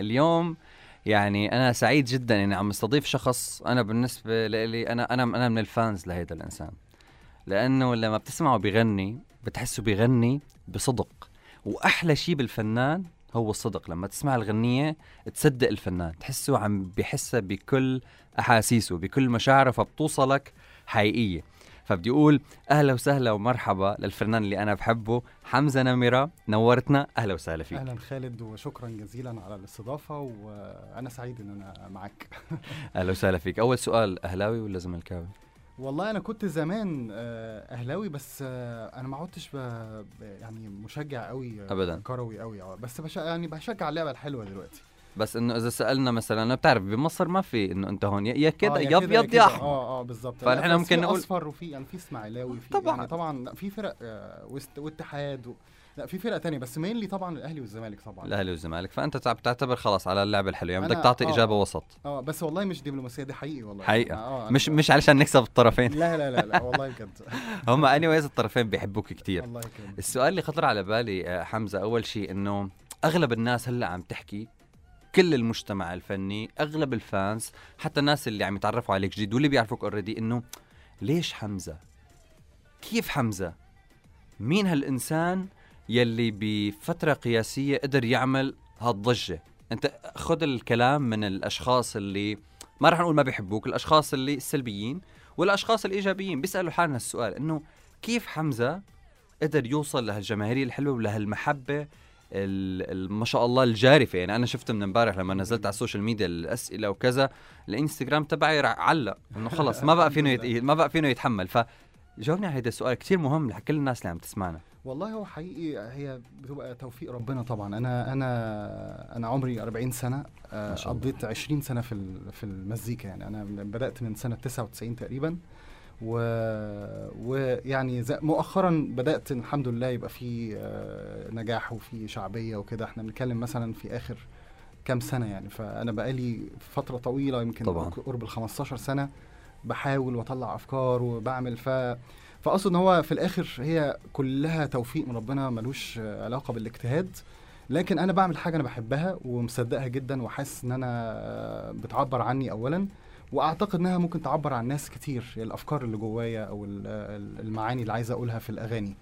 اليوم يعني أنا سعيد جدا إني عم استضيف شخص أنا بالنسبة لي أنا من الفانز لهيدا الإنسان، لأنه لما بتسمعه بيغني بتحسه بيغني بصدق. وأحلى شيء بالفنان هو الصدق. لما تسمع الغنية تصدق الفنان، تحسه عم بيحسها بكل أحاسيسه بكل مشاعره، فبتوصلك حقيقية. فبدي أقول أهلا وسهلا ومرحبا للفنان اللي أنا بحبه، حمزة نمرة. نورتنا، أهلا وسهلا فيك. أهلا خالد، وشكرا جزيلا على الاستضافة، وأنا سعيد إن أنا معك. أهلا وسهلا فيك. أول سؤال، أهلاوي ولا زملكاوي؟ والله أنا كنت زمان أهلاوي، بس أنا ما عدتش يعني مشجع قوي أبدا كروي قوي، بس يعني بشجع اللعبة الحلوة دلوقتي. بس انه اذا سالنا مثلا، انا بتعرف بمصر ما في انه انت هون يا كده يا يا يا احمر. بالظبط. فنحن ممكن في نقول اصفر، وفي يعني في اسماعيلاوي، في طبعا يعني طبعا في فرق واتحاد لا في فرق تانية، بس مينلي طبعا الاهلي والزمالك طبعا. الاهلي والزمالك. فانت بتعتبر خلاص على اللعبه الحلوه، يعني بدك أنا تعطي اجابه وسط. بس والله مش دبلوماسيه، دي حقيقي والله. حقيقه مش علشان نكسب الطرفين. لا والله بجد. هم اني الطرفين بيحبوك كتير. الله يكرمك. السؤال اللي خطر على بالي حمزه، اول شيء انه اغلب الناس هلا عم تحكي، كل المجتمع الفني، اغلب الفانز، حتى الناس اللي عم يتعرفوا عليك جديد واللي بيعرفوك اوريدي، انه ليش حمزه؟ كيف حمزه؟ مين هالإنسان يلي بفترة قياسية قدر يعمل هالضجة؟ أنت خذ الكلام من الأشخاص اللي ما رح نقول ما بيحبوك، الأشخاص اللي السلبيين والأشخاص الإيجابيين، بيسألوا حالنا السؤال إنه كيف حمزة قدر يوصل لهالجماهيرية الحلوة ولهالمحبة ما شاء الله الجارفة. يعني أنا شفت من امبارح لما نزلت على السوشيال ميديا الأسئلة وكذا، الانستغرام تبعي علق إنه خلص ما بقى فينه يتحمل. جاوبني على هذا السؤال كتير مهم لكل الناس اللي عم تسمعنا. والله هو حقيقي هي بتبقى توفيق ربنا طبعا. انا عمري 40 سنه، قضيت 20 سنه في المزيكا. يعني انا بدات من سنه 99 تقريبا، ويعني مؤخرا بدات الحمد لله يبقى في نجاح وفي شعبيه وكده. احنا بنتكلم مثلا في اخر كام سنه يعني، فانا بقالي فتره طويله يمكن قرب ال 15 سنه بحاول واطلع افكار وبعمل. فاقصد ان هو في الاخر هي كلها توفيق من ربنا، ملوش علاقه بالاجتهاد. لكن انا بعمل حاجه انا بحبها ومصدقها جدا، وحاسس ان انا بتعبر عني اولا، واعتقد انها ممكن تعبر عن ناس كتير، الافكار اللي جوايا او المعاني اللي عايز اقولها في الاغاني.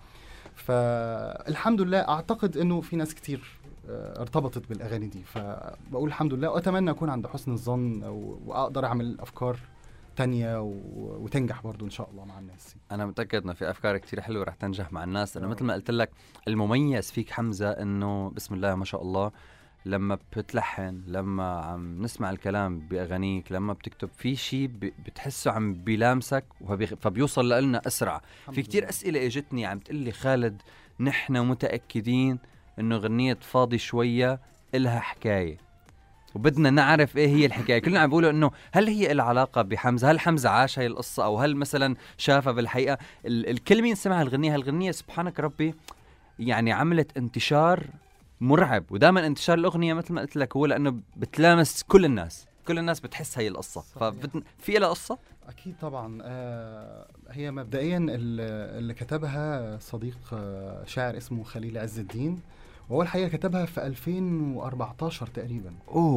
فالحمد لله اعتقد انه في ناس كتير ارتبطت بالاغاني دي، فبقول الحمد لله، واتمنى اكون عند حسن الظن واقدر اعمل افكار تانية وتنجح برضو إن شاء الله مع الناس. أنا متأكد إنه في أفكار كتير حلوة رح تنجح مع الناس. أنا مثل ما قلت لك، المميز فيك حمزة إنه بسم الله ما شاء الله، لما بتلحن، لما عم نسمع الكلام بأغانيك، لما بتكتب في شيء بتحسه عم بيلامسك فبيوصل لنا أسرع. في كتير أسئلة اجتني عم تقلي خالد نحن متأكدين إنه غنية فاضي شوية إلها حكاية، وبدنا نعرف ايه هي الحكايه. كلنا عم بيقولوا انه هل هي لها علاقه بحمزه؟ هل حمزه عاش هاي القصه، او هل مثلا شافها بالحقيقه؟ الكل مين سمع هالغنيه سبحانك ربي يعني عملت انتشار مرعب. ودائما انتشار الاغنيه مثل ما قلت لك هو لانه بتلامس كل الناس بتحس هاي القصه. في لها قصه اكيد طبعا. هي مبدئيا اللي كتبها صديق شاعر اسمه خليل عز الدين، وهو الحقيقة كتبها في 2014 تقريبا.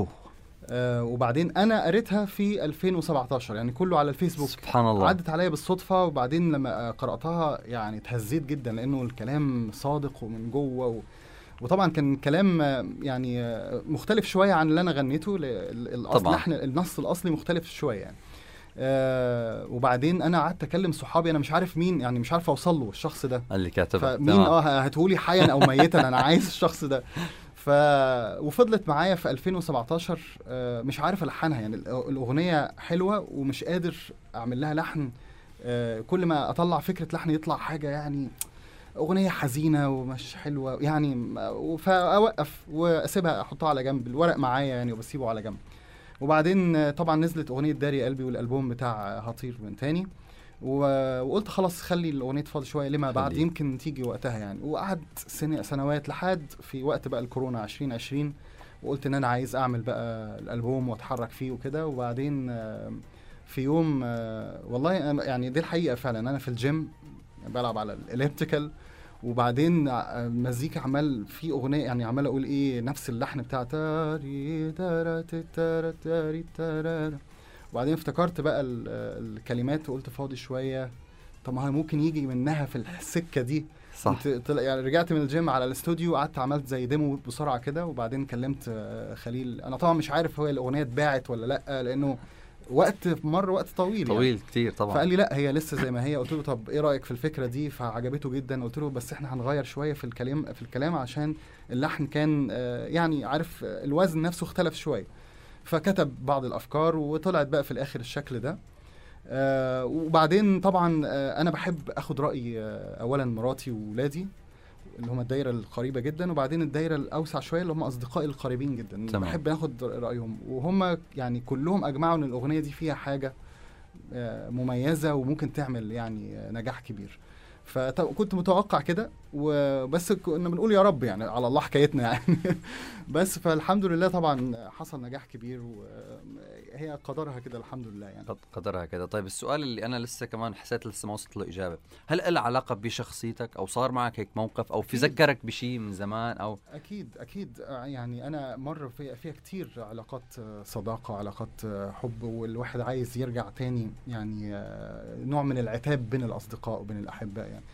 وبعدين أنا قريتها في 2017، يعني كله على الفيسبوك. سبحان الله، عدت عليا بالصدفة، وبعدين لما قرأتها يعني تهزيت جدا، لأنه الكلام صادق ومن جوه وطبعا كان كلام يعني مختلف شوية عن اللي أنا غنيته. النص الأصلي مختلف شوية يعني. وبعدين انا قعدت اكلم صحابي، انا مش عارف مين، يعني مش عارف اوصل له الشخص ده اللي كاتبها، فمين هاتهولي حيا او ميتا، انا عايز الشخص ده. وفضلت معايا في 2017 مش عارف الحنها، يعني الاغنيه حلوه ومش قادر اعمل لها لحن. كل ما اطلع فكره لحن يطلع حاجه يعني اغنيه حزينه ومش حلوه يعني، فاوقف واسيبها، احطها على جنب، الورق معايا يعني وبسيبه على جنب. وبعدين طبعا نزلت اغنيه داري قلبي والالبوم بتاع هطير من تاني، وقلت خلاص خلي الاغنيه فاضي شويه لما بعد، يمكن تيجي وقتها يعني. وقعد سنوات لحد في وقت بقى الكورونا 2020، وقلت ان انا عايز اعمل بقى الالبوم واتحرك فيه وكده. وبعدين في يوم والله يعني دي الحقيقه فعلا، انا في الجيم بلعب على الاليبتيكال، وبعدين مزيكا عمال في اغنيه يعني عمال اقول ايه نفس اللحن بتاع تاري تارا تارا تاري تارا. وبعدين افتكرت بقى الكلمات وقلت فاضي شويه، طب ما هي ممكن يجي منها في السكه دي. صح. يعني رجعت من الجيم على الاستوديو، قعدت عملت زي ديمو بسرعه كده، وبعدين كلمت خليل. انا طبعا مش عارف هو الاغنيه اتباعت ولا لا، لانه وقت طويل يعني. كتير طبعا. فقال لي لا هي لسه زي ما هي. قلت له طب ايه رايك في الفكره دي؟ فعجبته جدا. قلت له بس احنا هنغير شويه في الكلام عشان اللحن كان يعني عارف الوزن نفسه اختلف شويه. فكتب بعض الافكار وطلعت بقى في الاخر الشكل ده. وبعدين طبعا انا بحب اخد راي اولا مراتي وولادي اللي هم الدايره القريبه جدا، وبعدين الدايره الاوسع شويه اللي هم اصدقائي القريبين جدا. تمام. بحب اخد رايهم، وهم يعني كلهم اجمعوا ان الاغنيه دي فيها حاجه مميزه وممكن تعمل يعني نجاح كبير. فكنت متوقع كده، وبس كنا بنقول يا رب يعني على الله حكايتنا يعني. بس فالحمد لله طبعا حصل نجاح كبير، وهي قدرها كده الحمد لله يعني. قدرها كده. طيب السؤال اللي انا لسه كمان حسيت لسه ما وصلت له اجابه، هل له علاقه بشخصيتك او صار معك هيك موقف او في ذكرك بشيء من زمان او؟ اكيد يعني انا مر فيها كتير علاقات صداقه، علاقات حب، والواحد عايز يرجع تاني يعني نوع من العتاب بين الاصدقاء وبين الاحباء يعني.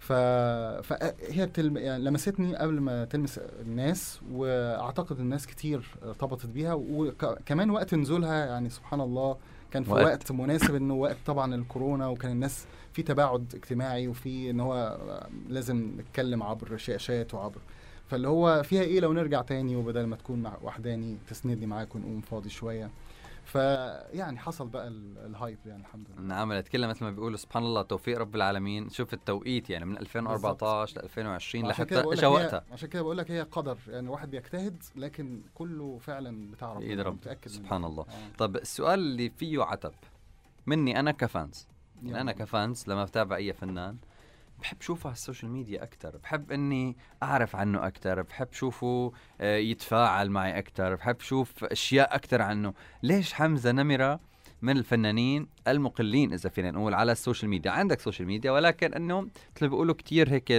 فهي يعني لمستني قبل ما تلمس الناس، واعتقد الناس كتير ارتبطت بيها، وكمان وقت نزولها يعني سبحان الله كان في وقت مناسب، انه وقت طبعا الكورونا، وكان الناس في تباعد اجتماعي، وفي ان هو لازم نتكلم عبر شاشات وعبر، فاللي هو فيها ايه لو نرجع تاني، وبدل ما تكون مع وحداني تسندني معاك ونقوم فاضي شويه. فيعني حصل بقى الهايب يعني الحمد لله. عملت كلها مثل ما بيقولوا سبحان الله، توفيق رب العالمين. شوف التوقيت يعني من 2014 ل 2020 لحتى اجى وقتها. عشان كده بقول لك هي قدر يعني، الواحد بيجتهد لكن كله فعلا بتاع ربنا، متاكد سبحان الله. طب السؤال اللي فيه عتب مني انا كفانس، يعني انا كفانس لما بتابع اي فنان بحب شوفه على السوشيال ميديا أكتر، بحب إني أعرف عنه أكتر، بحب شوفه يتفاعل معي أكتر، بحب شوف أشياء أكتر عنه. ليش حمزة نمرة من الفنانين المقلين إذا فينا نقول على السوشيال ميديا؟ عندك سوشيال ميديا ولكن إنه مثل بيقولوا كتير هيك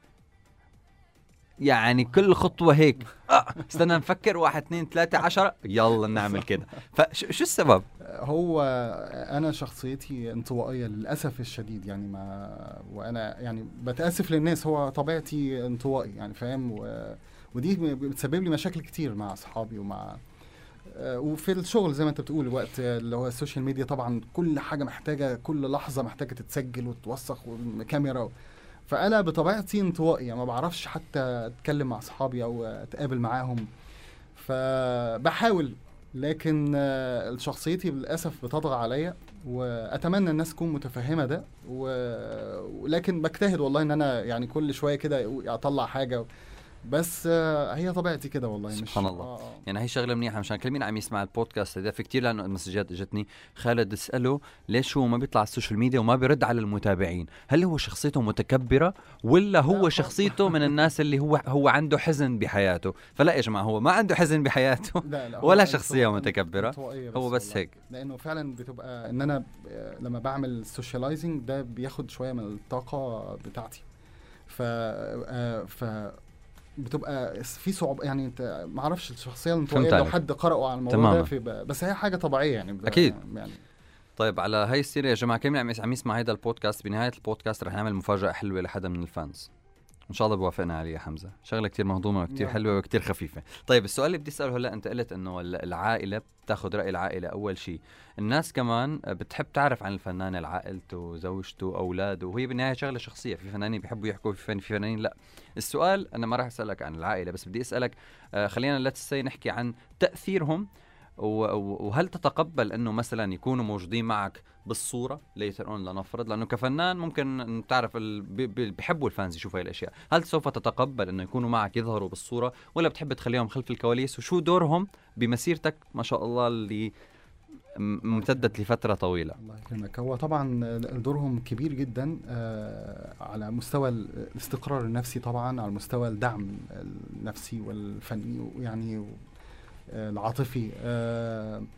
يعني كل خطوة هيك استنى نفكر 1 2 3 10 يلا نعمل كده. فشو السبب؟ هو أنا شخصيتي انطوائية للأسف الشديد يعني، وأنا يعني بتأسف للناس، هو طبيعتي انطوائي يعني فاهم، ودي بتسبب لي مشاكل كتير مع أصحابي وفي الشغل زي ما انت بتقول. وقت اللي هو السوشيال ميديا طبعا كل حاجة محتاجة، كل لحظة محتاجة تتسجل وتوثق والكاميرا، فأنا بطبيعتي انطوائي يعني ما بعرفش حتى أتكلم مع أصحابي أو أتقابل معاهم، فبحاول، لكن شخصيتي للأسف بتطغى عليا، وأتمنى الناس تكون متفهمة ده، ولكن بجتهد والله إن أنا يعني كل شوية كده أطلع حاجة، بس هي طبيعتي كده والله. سبحان الله. يعني هي شغله منيحه، مشان كل مين عم يسمع البودكاست هذا في كتير، لانه المسجات اجتني خالد اساله ليش هو ما بيطلع على السوشيال ميديا وما بيرد على المتابعين؟ هل هو شخصيته متكبره ولا هو شخصيته من الناس اللي هو عنده حزن بحياته؟ فلا يا جماعه، هو ما عنده حزن بحياته لا ولا شخصيه متكبره، هو بس هيك. لانه فعلا بتبقى ان انا لما بعمل سوشيالايزنج ده بياخد شويه من الطاقه بتاعتي، ف بتبقى في صعوبة يعني. انت ما اعرفش الشخصيه الانطوائيه لو حد قرأوا على الموضوع ده بس هي حاجه طبيعيه يعني اكيد يعني. طيب على هاي السيره يا جماعه، كل مين عم يسمع هذا البودكاست بنهايه البودكاست رح نعمل مفاجاه حلوه لحدا من الفانز ان شاء الله بوافقنا عليه حمزه، شغله كتير مهضومه وكتير حلوه وكتير خفيفه. طيب السؤال اللي بدي اساله هلا، انت قلت انه العائله بتاخذ راي العائله اول شيء، الناس كمان بتحب تعرف عن الفنان عائلته زوجته اولاده، وهي بالنهايه شغله شخصيه، في فنانين بيحبوا يحكوا في فنانين لا. السؤال انا ما راح اسالك عن العائله، بس بدي اسالك خلينا نحكي عن تاثيرهم، وهل تتقبل انه مثلا يكونوا موجودين معك بالصوره ليتر اون لنفرض، لانه كفنان ممكن تعرف بيحبوا الفانز يشوفوا هاي الاشياء، هل سوف تتقبل انه يكونوا معك يظهروا بالصوره ولا بتحب تخليهم خلف الكواليس؟ وشو دورهم بمسيرتك ما شاء الله اللي امتدت لفتره طويله؟ الله يكرمك. هو طبعا دورهم كبير جدا على مستوى الاستقرار النفسي، طبعا على مستوى الدعم النفسي والفني يعني العاطفي،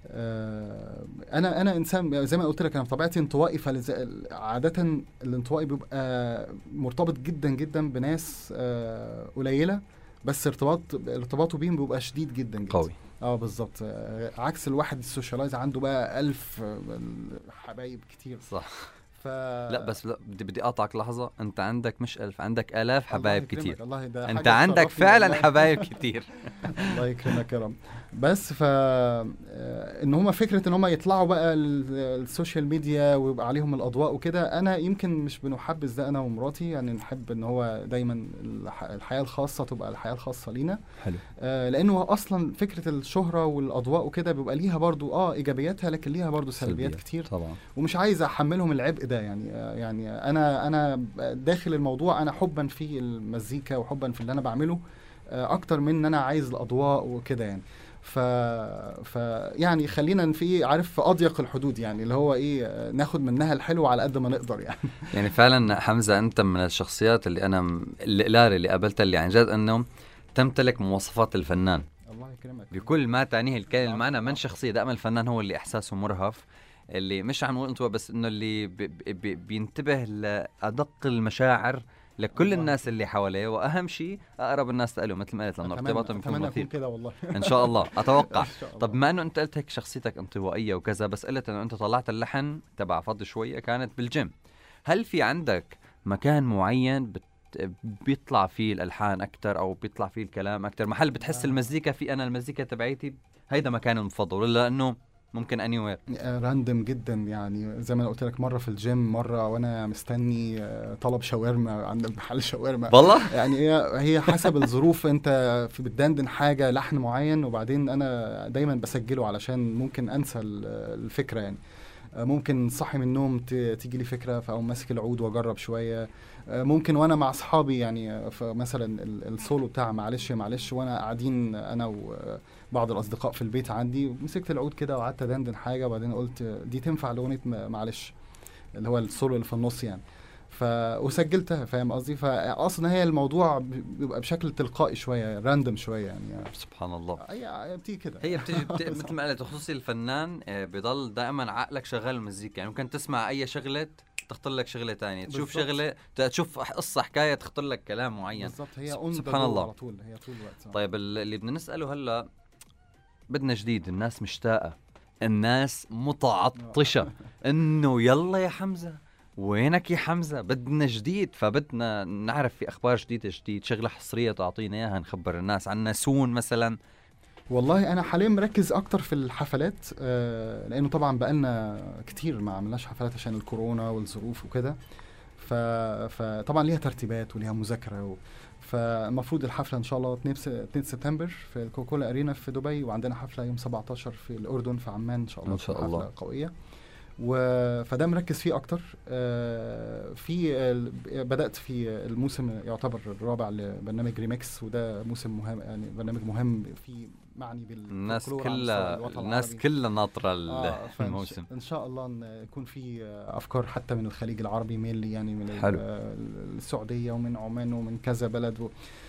انا انسان زي ما قلت لك، انا بطبيعتي انطوائي، عاده الانطوائي بيبقى مرتبط جدا جدا بناس قليله، بس ارتباطه بيهم بيبقى شديد جدا جدا قوي. بالظبط. عكس الواحد السوشيالايز عنده بقى 1000 حبايب كتير. صح. لا بس لا، بدي اقطعك لحظه، انت عندك مش 1000، عندك 1000 حبايب كتير. انت عندك فعلا حبايب كتير. الله يكرمك يا رب. بس ان هم فكره ان هم يطلعوا بقى السوشيال ميديا ويبقى عليهم الاضواء وكده، انا يمكن مش بنحبذ ده انا ومراتي، يعني نحب ان هو دايما الحياه الخاصه تبقى الحياه الخاصه لينا. حلو. لانه اصلا فكره الشهره والاضواء وكده بيبقى ليها برضو ايجابياتها، لكن ليها برضو سلبيات كتير طبعا، ومش عايز احملهم العبء ده. يعني انا داخل الموضوع انا حبا في المزيكا وحبا في اللي انا بعمله اكتر من ان انا عايز الاضواء وكده يعني. يعني خلينا في عارف في اضيق الحدود، يعني اللي هو ايه، ناخد منها الحلو على قد ما نقدر يعني. يعني فعلا حمزة انت من الشخصيات اللي انا القلال اللي قابلتها اللي عن جد انه تمتلك مواصفات الفنان. الله يكرمك. بكل ما تعنيه الكلمة. معنا من شخصية دائما الفنان هو اللي احساسه مرهف، اللي مش عم نقول انتوا بس انه اللي بينتبه لأدق المشاعر لكل الناس اللي حواليه، واهم شيء اقرب الناس له، مثل ما قلت لانه ارتباطهم بيكون كثير كده والله. ان شاء الله اتوقع. إن شاء الله. طب ما انه انت قلت هيك شخصيتك انطوائيه وكذا، بس قلت انه انت طلعت اللحن تبع فضي شويه كانت بالجيم، هل في عندك مكان معين بيطلع فيه الالحان اكثر او بيطلع فيه الكلام اكثر، محل بتحس المزيكا في انا المزيكا تبعيتي هيدا مكان المفضل، ولا انه ممكن اني وير؟ راندم جدا يعني، زي ما انا قلت لك، مره في الجيم، مره وانا مستني طلب شاورما عند محل شاورما والله. يعني هي حسب الظروف. انت في بتدندن حاجه لحن معين، وبعدين انا دايما بسجله علشان ممكن انسى الفكره يعني. ممكن صحي من النوم تيجي لي فكره، فاقوم ماسك العود واجرب شويه. ممكن وانا مع اصحابي يعني، مثلا السولو بتاع معلش معلش، وانا قاعدين انا وبعض الاصدقاء في البيت عندي، مسكت العود كده وقعدت ادندن حاجه، وبعدين قلت دي تنفع لاغنيه معلش، اللي هو السولو اللي في النص يعني. وسجلتها، فاهم قصدي؟ فاصلا هي الموضوع بيبقى بشكل تلقائي شويه، راندم شويه يعني. سبحان الله. هي بتيجي كده. هي بتيجي مثل ما قلت، خصوصي الفنان بضل دائما عقلك شغال المزيكا، يعني ممكن تسمع اي شغله تخطر لك شغله تانية، تشوف شغله، تشوف قصه حكايه تخطر لك كلام معين. بالضبط. هي سبحان الله على طول، هي طول الوقت. طيب اللي بدنا نساله هلا، بدنا جديد، الناس مشتاقه، الناس متعطشه انه يلا يا حمزه، وينك يا حمزه، بدنا جديد، فبدنا نعرف في اخبار جديده، شغله حصريه تعطينا اياها نخبر الناس عنها سون مثلا. والله انا حاليا مركز اكتر في الحفلات، لانه طبعا بقالنا كتير ما عملناش حفلات عشان الكورونا والظروف وكده، فطبعا ليها ترتيبات وليها مذاكره فالمفروض الحفله ان شاء الله 2 سبتمبر في الكوكولا ارينا في دبي، وعندنا حفله يوم 17 في الاردن في عمان ان شاء الله. ان شاء الله. حفله قويه، فده مركز فيه اكتر. بدأت في الموسم يعتبر الرابع لبرنامج ريميكس، وده موسم مهم يعني، برنامج مهم فيه معني الناس كلها ناطرة الموسم. ان شاء الله يكون في افكار حتى من الخليج العربي مينلي، يعني من السعودية ومن عمان ومن كذا بلد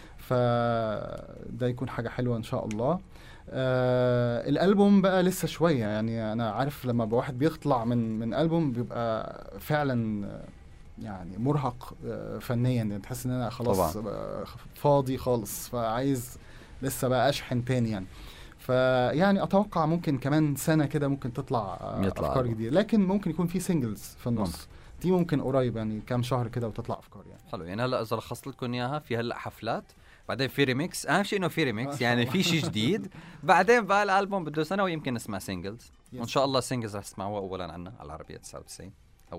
فده يكون حاجة حلوة ان شاء الله. الالبوم بقى لسه شويه يعني، انا عارف لما واحد بيطلع من البوم بيبقى فعلا يعني مرهق فنيا، يعني تحس ان انا خلاص فاضي خالص، فعايز لسه بقى اشحن تاني يعني. فيعني اتوقع ممكن كمان سنه كده ممكن تطلع افكار جديده، لكن ممكن يكون في سينجلز في النص دي ممكن قريب يعني، كام شهر كده وتطلع افكار يعني. حلو. يعني هلا اذا لخصت لكم اياها، في هلا حفلات، بعدين في ريميكس، اهم شيء انه في ريميكس يعني في شيء جديد، بعدين بقى الالبوم بده سنه ويمكن نسمع سينجلز، وان شاء الله السينجلز رح تسمعوها اولا عنا على العربيه 99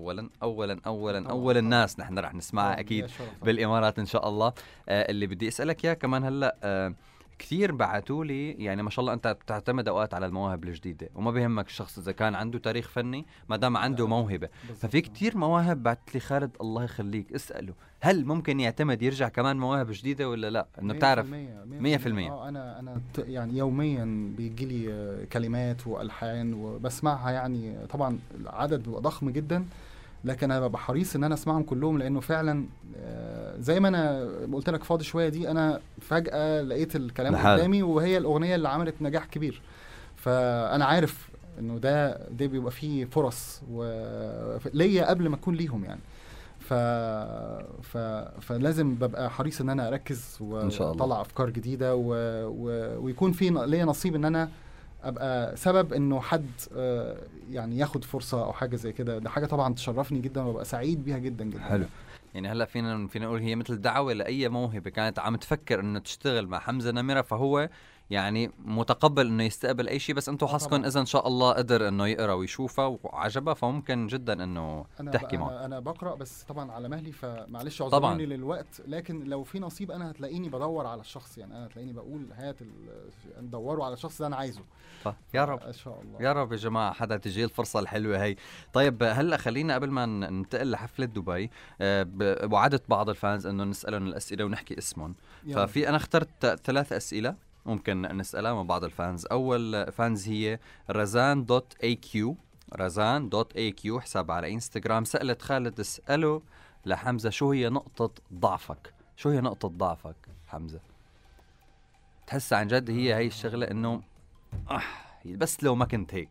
اولا الناس نحن رح نسمعها اكيد بالامارات ان شاء الله. اللي بدي اسالك اياه كمان هلا، كثير بعثوا لي، يعني ما شاء الله انت بتعتمد اوقات على المواهب الجديده، وما بيهمك الشخص اذا كان عنده تاريخ فني ما دام عنده موهبه. ففي كثير مواهب بعثت لي خالد الله يخليك اساله هل ممكن يعتمد يرجع كمان مواهب جديده ولا لا، انه بتعرف 100%. انا يعني يوميا بيجي لي كلمات والحان وبسمعها، يعني طبعا العدد بيبقى ضخم جدا، لكن انا ببقى حريص ان انا اسمعهم كلهم، لانه فعلا زي ما انا قلت لك فاضي شويه دي، انا فجاه لقيت الكلام قدامي وهي الاغنيه اللي عملت نجاح كبير، فانا عارف انه ده بيبقى فيه فرص ليا قبل ما اكون ليهم يعني. فلازم ببقى حريص ان انا اركز واطلع افكار جديده ويكون في ليا نصيب ان انا ابقى سبب انه حد يعني ياخد فرصه او حاجه زي كده. ده حاجه طبعا تشرفني جدا وببقى سعيد بيها جدا جدا. حلو. يعني هلا فينا نقول هي مثل دعوه لاي موهبه كانت عم تفكر انه تشتغل مع حمزه نمره، فهو يعني متقبل انه يستقبل اي شيء، بس انتم حظكم اذا ان شاء الله قدر انه يقرا ويشوفه وعجبه، فممكن جدا انه تحكي معه. انا بقرا بس طبعا على مهلي، فمعلش اعذروني للوقت، لكن لو في نصيب انا هتلاقيني بدور على الشخص، يعني انا هتلاقيني بقول ندوروا على الشخص اللي انا عايزه. يا رب ان شاء الله، يا رب يا جماعه حدا تجي الفرصه الحلوه هي. طيب هلا خلينا قبل ما ننتقل لحفله دبي، وعدت بعض الفانز انه نسالهم الاسئله ونحكي اسمهم، ففي انا اخترت 3 اسئله ممكن نسألها من بعض الفانز. أول فانز هي رزان.AQ، رزان.AQ حساب على إنستغرام، سألت خالد اسأله لحمزة شو هي نقطة ضعفك؟ شو هي نقطة ضعفك حمزة؟ تحس عن جد هي الشغلة إنه بس لو ما كنت هيك.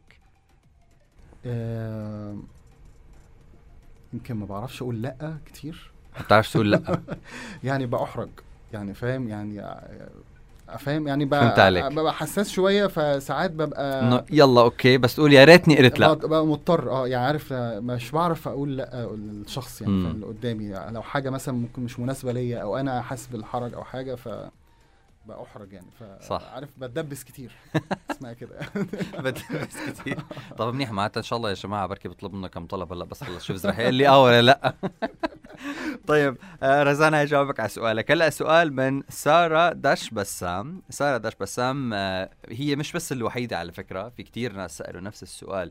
يمكن ما بعرفش أقول لأ كتير. ما بتعرفش تقول لأ؟ يعني بأحرج، يعني فاهم يعني ببقى حساس شويه، فساعات ببقى يلا اوكي بس تقول يا ريتني قلت لا، ببقى مضطر يعني عارف مش بعرف اقول لا للشخص يعني اللي قدامي، لو حاجه مثلا ممكن مش مناسبه ليا او انا حاسس بالحرج او حاجه بأحرج يعني، فعارف بتدبس كتير اسمها كده. بتدبس كتير. طب منيح معناتها ان شاء الله يا جماعه بركي بطلب منا كم طلب هلا بس خلص شوف رح يقول لي ولا لا. طيب رزان هجاوبك على سؤالك. هلا سؤال من سارة داش بسام. سارة داش بسام هي مش بس الوحيدة على فكرة، في كتير ناس سألوا نفس السؤال.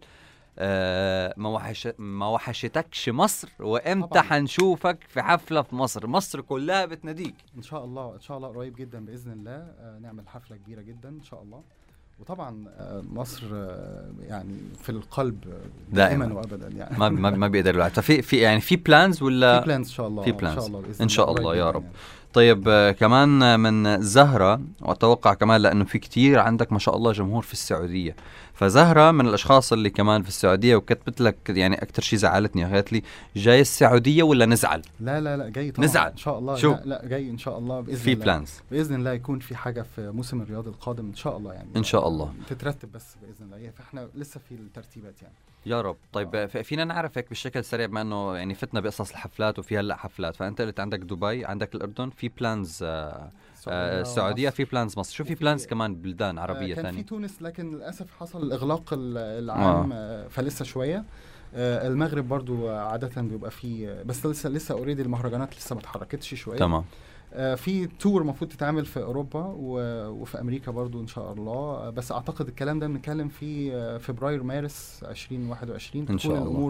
ما وحشتكش مصر؟ وامتى حنشوفك في حفلة في مصر؟ مصر كلها بتناديك. ان شاء الله ان شاء الله قريب جدا باذن الله نعمل حفلة كبيرة جدا ان شاء الله. وطبعا مصر يعني في القلب دائما وابدا يعني. ما بيقدر الواحد. ففي يعني في بلانز ولا في بلانز ان شاء الله؟ في بلانز ان شاء الله باذن ان شاء الله يا رب يعني. طيب كمان من زهرة، واتوقع كمان لانه في كتير عندك ما شاء الله جمهور في السعودية، فزهرة من الاشخاص اللي كمان في السعودية وكتبت لك يعني اكتر شيء زعلتني، قالت لي جاي السعودية ولا نزعل؟ لا جاي طبعا نزعل ان شاء الله. شو؟ لا جاي ان شاء الله باذن في الله. بلانز باذن الله يكون في حاجة في موسم الرياض القادم ان شاء الله يعني، ان شاء الله تترتب بس باذن الله، فاحنا لسه في الترتيبات يعني يا رب. طيب فينا نعرف هيك بالشكل سريع، بما انه يعني فتنا بقصص الحفلات وفي هلا حفلات، فانت قلت عندك دبي، عندك الاردن، في بلانز السعوديه، في بلانز مصر، شو في بلانز كمان بلدان عربيه ثانيه؟ كان في تونس لكن للاسف حصل الاغلاق العام فلسه شويه. المغرب برضو عاده بيبقى فيه، بس لسه اوريدي المهرجانات لسه ما اتحركتش شويه. تمام. في تور المفروض تتعمل في اوروبا وفي امريكا برضو ان شاء الله، بس اعتقد الكلام ده بنتكلم في فبراير مارس 2021 ان شاء الله. الامور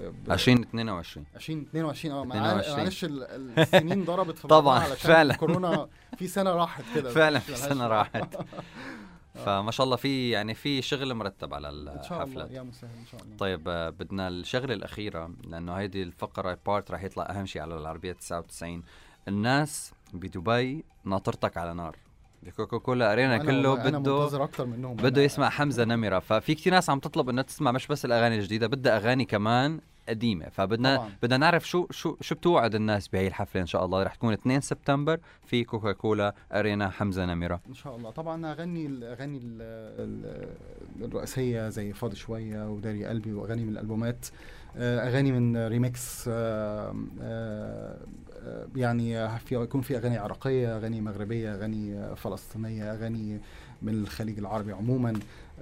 2022 معلش السنين ضربت في طبعا فعلا كورونا في سنه راحت كده فعلا في سنه راحت. فما شاء الله في يعني في شغل مرتب على الحفلات ان شاء الله يا مسهل ان شاء الله. طيب بدنا الشغله الاخيره، لانه هيدي الفقره بارت راح يطلع اهم شيء على العربيه 99. الناس بدبي ناطرتك على نار، بكوكاكولا ارينا كله بده يسمع حمزة نمرة. ففي كتير ناس عم تطلب انها تسمع مش بس الاغاني الجديده، بدها اغاني كمان قديمه، فبدنا نعرف شو بتوعد الناس بهي الحفله ان شاء الله. رح تكون 2 سبتمبر في كوكاكولا ارينا حمزة نمرة ان شاء الله. طبعا اغاني الاغاني الرئيسيه زي فاضي شويه وداري قلبي، واغاني من الالبومات، اغاني من ريميكس، يعني يكون في اغاني عراقيه، اغاني مغربيه، اغاني فلسطينيه، اغاني من الخليج العربي عموما.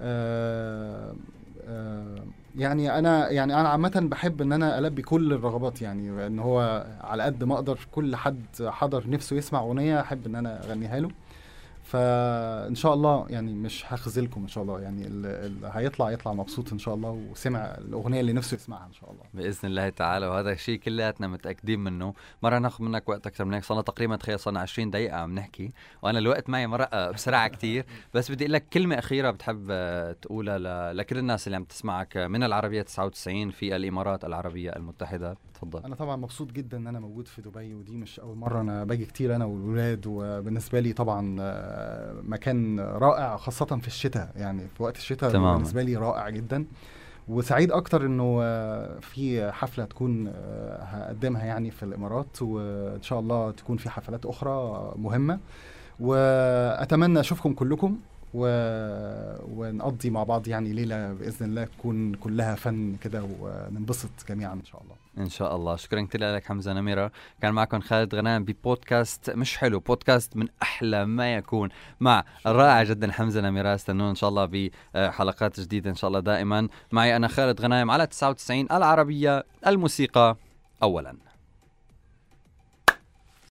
يعني انا عامه بحب ان انا البي كل الرغبات، يعني ان هو على قد ما اقدر كل حد حضر نفسه يسمع اغنيه احب ان انا اغنيها له. فان شاء الله يعني مش هخذلكم ان شاء الله، يعني اللي يطلع مبسوط ان شاء الله وسمع الاغنيه اللي نفسه يسمعها ان شاء الله باذن الله تعالى. وهذا الشيء كلياتنا متاكدين منه. مره ناخذ منك وقت اكثر من هيك، صرنا تقريبا تخيل صرنا 20 دقيقه عم نحكي، وانا الوقت معي مرق بسرعه كتير. بس بدي اقول لك كلمه اخيره بتحب تقولها لكل الناس اللي عم تسمعك من العربيه 99 في الامارات العربيه المتحده؟ تفضل. انا طبعا مبسوط جدا ان انا موجود في دبي، ودي مش اول مره، انا باجي كتير انا والولاد، وبالنسبه لي طبعا مكان رائع خاصه في الشتاء، يعني في وقت الشتاء بالنسبه لي رائع جدا. وسعيد اكتر انه في حفله تكون هقدمها يعني في الامارات، وان شاء الله تكون في حفلات اخرى مهمه، واتمنى اشوفكم كلكم ونقضي مع بعض يعني ليله باذن الله تكون كلها فن كده، وننبسط جميعا ان شاء الله. ان شاء الله. شكرا كثير لك حمزه نمره. كان معكم خالد غنايم ببودكاست مش حلو، بودكاست من احلى ما يكون مع الرائع جدا حمزه نمره. استنونا ان شاء الله بحلقات جديده ان شاء الله. دائما معي انا خالد غنايم على 99 العربيه، الموسيقى اولا.